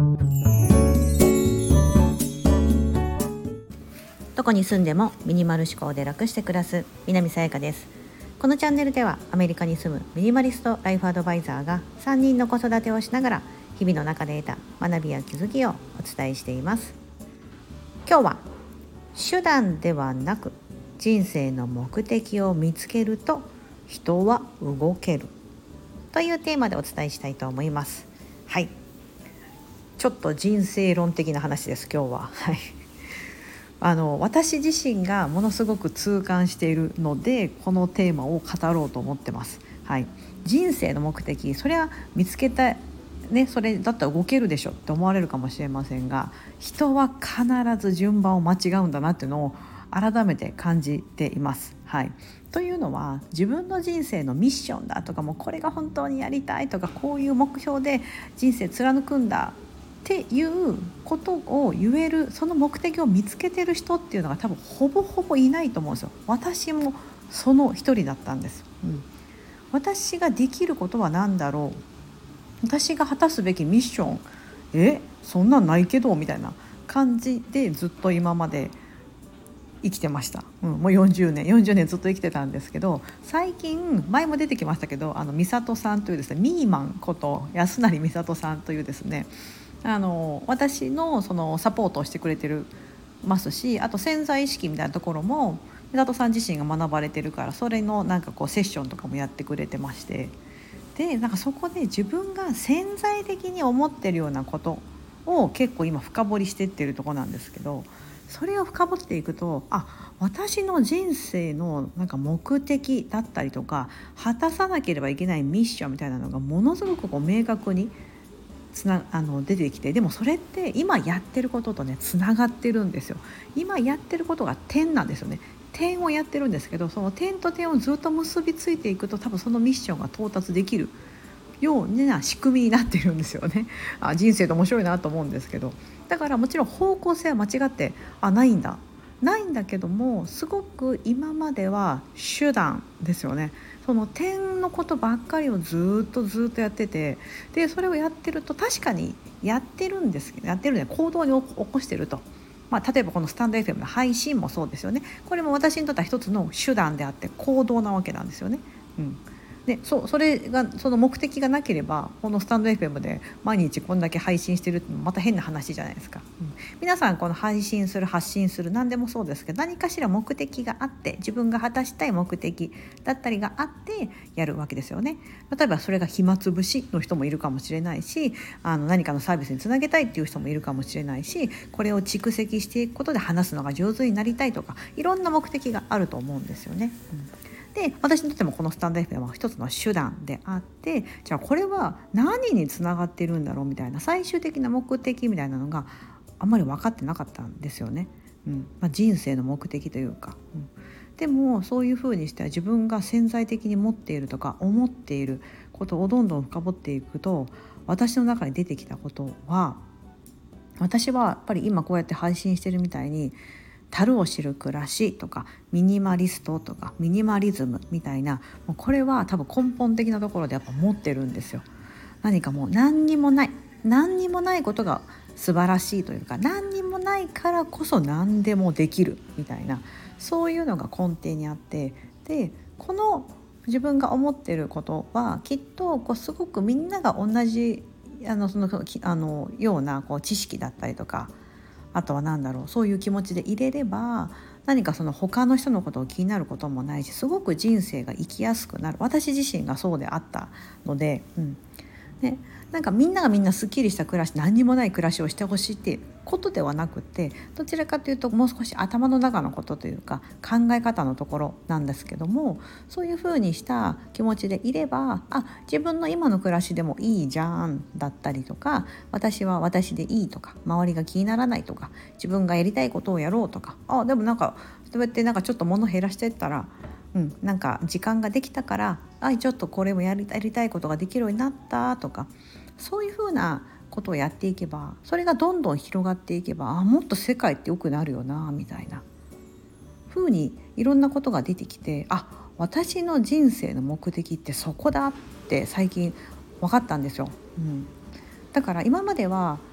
どこに住んでもミニマル思考で楽して暮らす南さやかです。このチャンネルではアメリカに住むミニマリストライフアドバイザーが3人の子育てをしながら日々の中で得た学びや気づきをお伝えしています。今日は手段ではなく人生の目的を見つけると人は動けるというテーマでお伝えしたいと思います。はい、ちょっと人生論的な話です今日は。はい、私自身がものすごく痛感しているのでこのテーマを語ろうと思ってます。はい、人生の目的、それは見つけたね、それだったら動けるでしょって思われるかもしれませんが、人は必ず順番を間違うんだなっていうのを改めて感じています。はい、というのは自分の人生のミッションだとか、もうこれが本当にやりたいとか、こういう目標で人生貫くんだっていうことを言える、その目的を見つけてる人っていうのが多分ほぼほぼいないと思うんですよ。私もその一人だったんです。私ができることは何だろう、私が果たすべきミッション、そんなんないけどみたいな感じでずっと今まで生きてました。もう40年ずっと生きてたんですけど、最近前も出てきましたけど、美里さんというですね、ミーマンこと安成美里さんというですね、私のそのサポートをしてくれてるますし、あと潜在意識みたいなところも美里さん自身が学ばれてるから、それのなんかこうセッションとかもやってくれてまして、でなんかそこで自分が潜在的に思ってるようなことを結構今深掘りしてってるところなんですけど、それを深掘っていくと、私の人生のなんか目的だったりとか、果たさなければいけないミッションみたいなのがものすごくこう明確に出てきて、でもそれって今やってることとねつながってるんですよ。今やってることが点なんですよね。点をやってるんですけど、その点と点をずっと結びついていくと、多分そのミッションが到達できるような仕組みになっているんですよね。人生って面白いなと思うんですけど、だからもちろん方向性は間違ってないんだけども、すごく今までは手段ですよね。その点のことばっかりをずっとやってて、でそれをやってると確かにやってるんですけど、やってるね、行動に起こしてると。例えばこのスタンド FM の配信もそうですよね。これも私にとっては一つの手段であって行動なわけなんですよね。でそれがその目的がなければ、このスタンド FM で毎日こんだけ配信してるってまた変な話じゃないですか。皆さんこの配信する発信する何でもそうですけど、何かしら目的があって、自分が果たしたい目的だったりがあってやるわけですよね。例えばそれが暇つぶしの人もいるかもしれないし、何かのサービスにつなげたいっていう人もいるかもしれないし、これを蓄積していくことで話すのが上手になりたいとか、いろんな目的があると思うんですよね。で私にとってもこのスタンド FM は一つの手段であって、じゃあこれは何につながっているんだろうみたいな最終的な目的みたいなのがあんまり分かってなかったんですよね。人生の目的というか、でもそういうふうにして自分が潜在的に持っているとか思っていることをどんどん深掘っていくと、私の中に出てきたことは、私はやっぱり今こうやって配信してるみたいに、樽を知る暮らしとかミニマリストとかミニマリズムみたいな、もうこれは多分根本的なところでやっぱ持ってるんですよ。何かもう何にもないことが素晴らしいというか、何にもないからこそ何でもできるみたいな、そういうのが根底にあって、でこの自分が思ってることはきっとこうすごくみんなが同じようなこう知識だったりとか、あとはそういう気持ちで入れれば、何かその他の人のことを気になることもないし、すごく人生が生きやすくなる。私自身がそうであったので、なんかみんながみんなすっきりした暮らし、何にもない暮らしをしてほしいっていうことではなくて、どちらかというともう少し頭の中のことというか考え方のところなんですけども、そういうふうにした気持ちでいれば、自分の今の暮らしでもいいじゃんだったりとか、私は私でいいとか、周りが気にならないとか、自分がやりたいことをやろうとか、でもそうやってちょっと物減らしていったら、なんか時間ができたから、ちょっとこれもやりたいことができるようになったとか、そういうふうなことをやっていけば、それがどんどん広がっていけば、もっと世界って良くなるよなみたいな風にいろんなことが出てきて、私の人生の目的ってそこだって最近分かったんですよ。だから今までは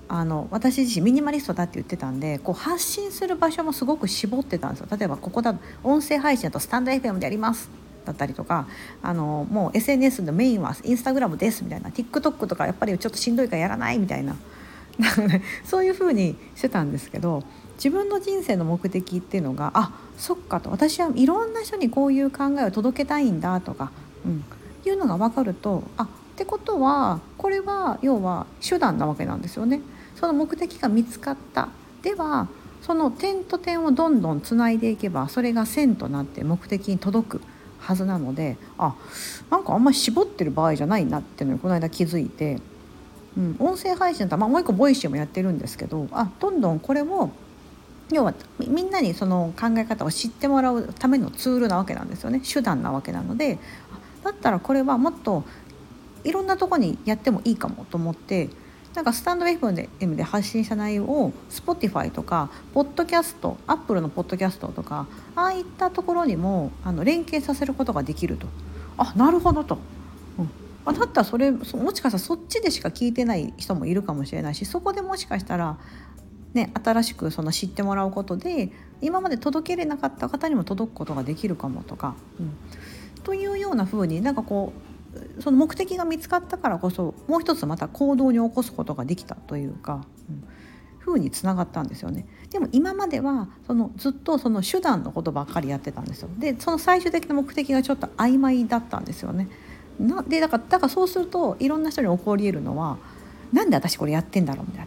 私自身ミニマリストだって言ってたんで、こう発信する場所もすごく絞ってたんですよ。例えばここだ音声配信だとスタンド FM でやりますだったりとか、もう SNS のメインはインスタグラムですみたいな、 TikTok とかやっぱりちょっとしんどいからやらないみたいなそういう風にしてたんですけど、自分の人生の目的っていうのが、そっかと、私はいろんな人にこういう考えを届けたいんだとか、いうのが分かると、ってことはこれは要は手段なわけなんですよね。その目的が見つかった。ではその点と点をどんどんつないでいけば、それが線となって目的に届くはずなので、なんかあんまり絞ってる場合じゃないなっていうのにこの間気づいて、音声配信だったら、もう一個ボイシーもやってるんですけど、どんどんこれを要はみんなにその考え方を知ってもらうためのツールなわけなんですよね。手段なわけなので、だったらこれはもっといろんなとこにやってもいいかもと思って、なんかスタンド FM で発信した内容を Spotify とかポッドキャスト、Apple のポッドキャストとか、ああいったところにも連携させることができると。なるほどと、だったらそれもしかしたらそっちでしか聞いてない人もいるかもしれないし、そこでもしかしたらね、新しくその知ってもらうことで今まで届けれなかった方にも届くことができるかもとか、というような風になんかこうその目的が見つかったからこそ、もう一つまた行動に起こすことができたというか、風につながったんですよね。でも今まではずっとその手段のことばっかりやってたんですよ。でその最終的な目的がちょっと曖昧だったんですよね。でだからそうするといろんな人に起こり得るのは、なんで私これやってんだろうみたい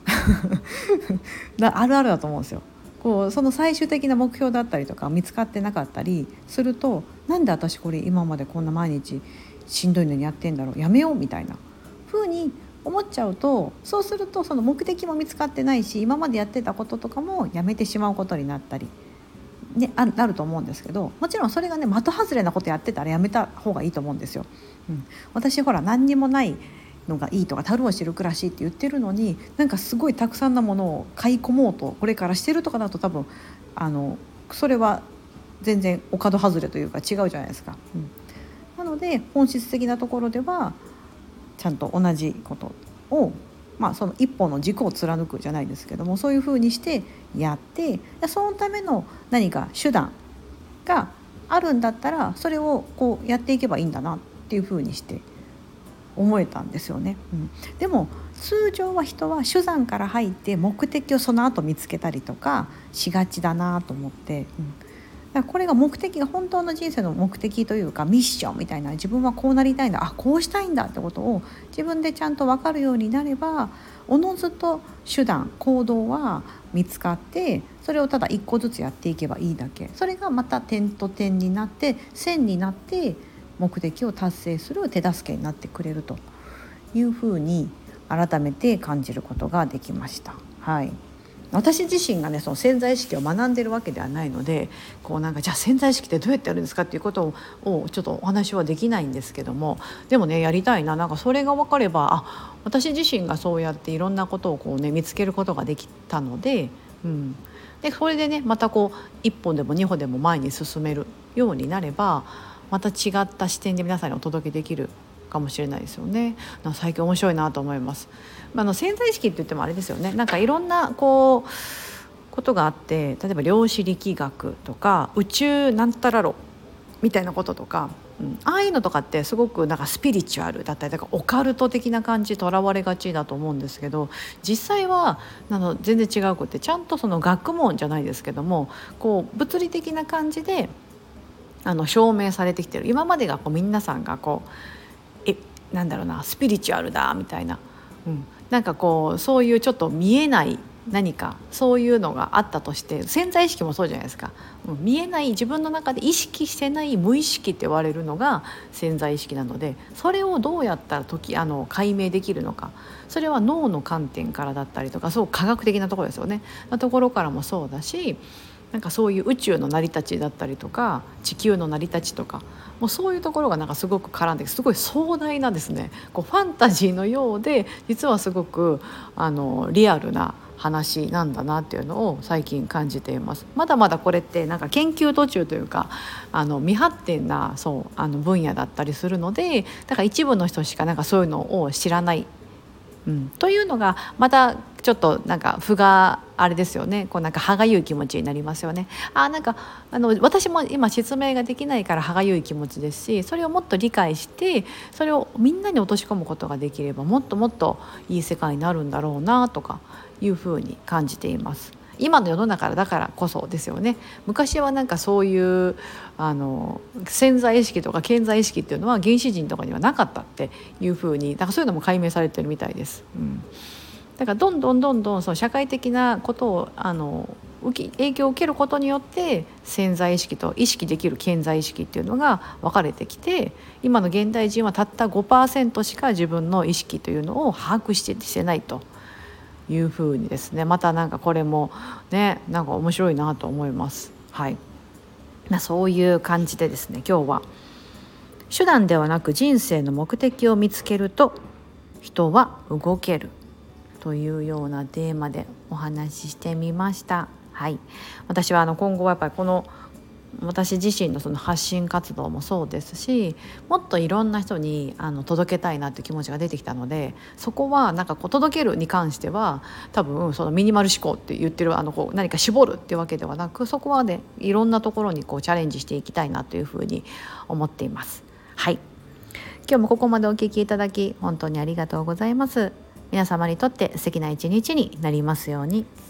なあるあるだと思うんですよ。その最終的な目標だったりとか見つかってなかったりすると、なんで私これ今までこんな毎日しんどいのにやってんだろう、やめようみたいな風に思っちゃうと、そうするとその目的も見つかってないし、今までやってたこととかもやめてしまうことになったり、なると思うんですけど、もちろんそれがね的外れなことやってたらやめた方がいいと思うんですよ。私ほら何にもないのがいいとか、樽を知る暮らしって言ってるのに、なんかすごいたくさんなものを買い込もうとこれからしてるとかだと、多分それは全然お門外れというか違うじゃないですか。なので本質的なところではちゃんと同じことを、その一本の軸を貫くじゃないですけども、そういう風にしてやって、そのための何か手段があるんだったら、それをこうやっていけばいいんだなっていう風にして思えたんですよね。でも通常は人は手段から入って目的をその後見つけたりとかしがちだなと思って、だからこれが目的が本当の人生の目的というかミッションみたいな、自分はこうなりたいんだ、こうしたいんだってことを自分でちゃんと分かるようになれば、おのずと手段行動は見つかって、それをただ一個ずつやっていけばいいだけ、それがまた点と点になって線になって目的を達成する手助けになってくれるというふうに改めて感じることができました。私自身がねその潜在意識を学んでるわけではないので、なんかじゃあ潜在意識ってどうやってやるんですかっていうことをちょっとお話はできないんですけども、でもねやりたいな、なんかそれが分かれば私自身がそうやっていろんなことを見つけることができたので、でそれでねまた一歩でも二歩でも前に進めるようになれば、また違った視点で皆さんにお届けできるかもしれないですよね。最近面白いなと思います。潜在意識って言ってもあれですよね。なんかいろんなことがあって、例えば量子力学とか宇宙なんたら論みたいなこととか、ああいうのとかってすごくなんかスピリチュアルだったりとかオカルト的な感じとらわれがちだと思うんですけど、実際は全然違うくて、ちゃんとその学問じゃないですけども物理的な感じで証明されてきてる。今までが皆さんがなんだろうな、スピリチュアルだみたいな、なんかそういうちょっと見えない何かそういうのがあったとして、潜在意識もそうじゃないですか。見えない自分の中で意識してない無意識って言われるのが潜在意識なので、それをどうやったら解明できるのか、それは脳の観点からだったりとか、そう科学的なところですよねのところからもそうだし、なんかそういう宇宙の成り立ちだったりとか地球の成り立ちとか、もうそういうところがなんかすごく絡んで、すごい壮大なですね、ファンタジーのようで実はすごくリアルな話なんだなっていうのを最近感じています。まだまだこれってなんか研究途中というか未発展な分野だったりするので、だから一部の人しかなんかそういうのを知らないというのがまたちょっとなんか負があれですよね。こうなんか歯がゆい気持ちになりますよね。なんか私も今説明ができないから歯がゆい気持ちですし、それをもっと理解してそれをみんなに落とし込むことができればもっともっといい世界になるんだろうなとかいうふうに感じています。今の世の中だからこそですよね。昔はなんかそういう潜在意識とか潜在意識っていうのは原始人とかにはなかったっていうふうに、だからそういうのも解明されてるみたいです。だからどんどんその社会的なことを影響を受けることによって潜在意識と意識できる潜在意識っていうのが分かれてきて、今の現代人はたった 5% しか自分の意識というのを把握してないというふうにですね、またなんかこれもねなんか面白いなと思います。はい、そういう感じでですね、今日は手段ではなく人生の目的を見つけると人は動けるというようなテーマでお話ししてみました。はい、私は今後はやっぱりこの私自身のその発信活動もそうですし、もっといろんな人に届けたいなっていう気持ちが出てきたので、そこはなんかこう届けるに関しては多分そのミニマル思考って言ってるこう何か絞るっていうわけではなく、そこはねいろんなところにこうチャレンジしていきたいなというふうに思っています。はい、今日もここまでお聞きいただき本当にありがとうございます。皆様にとって素敵な一日になりますように。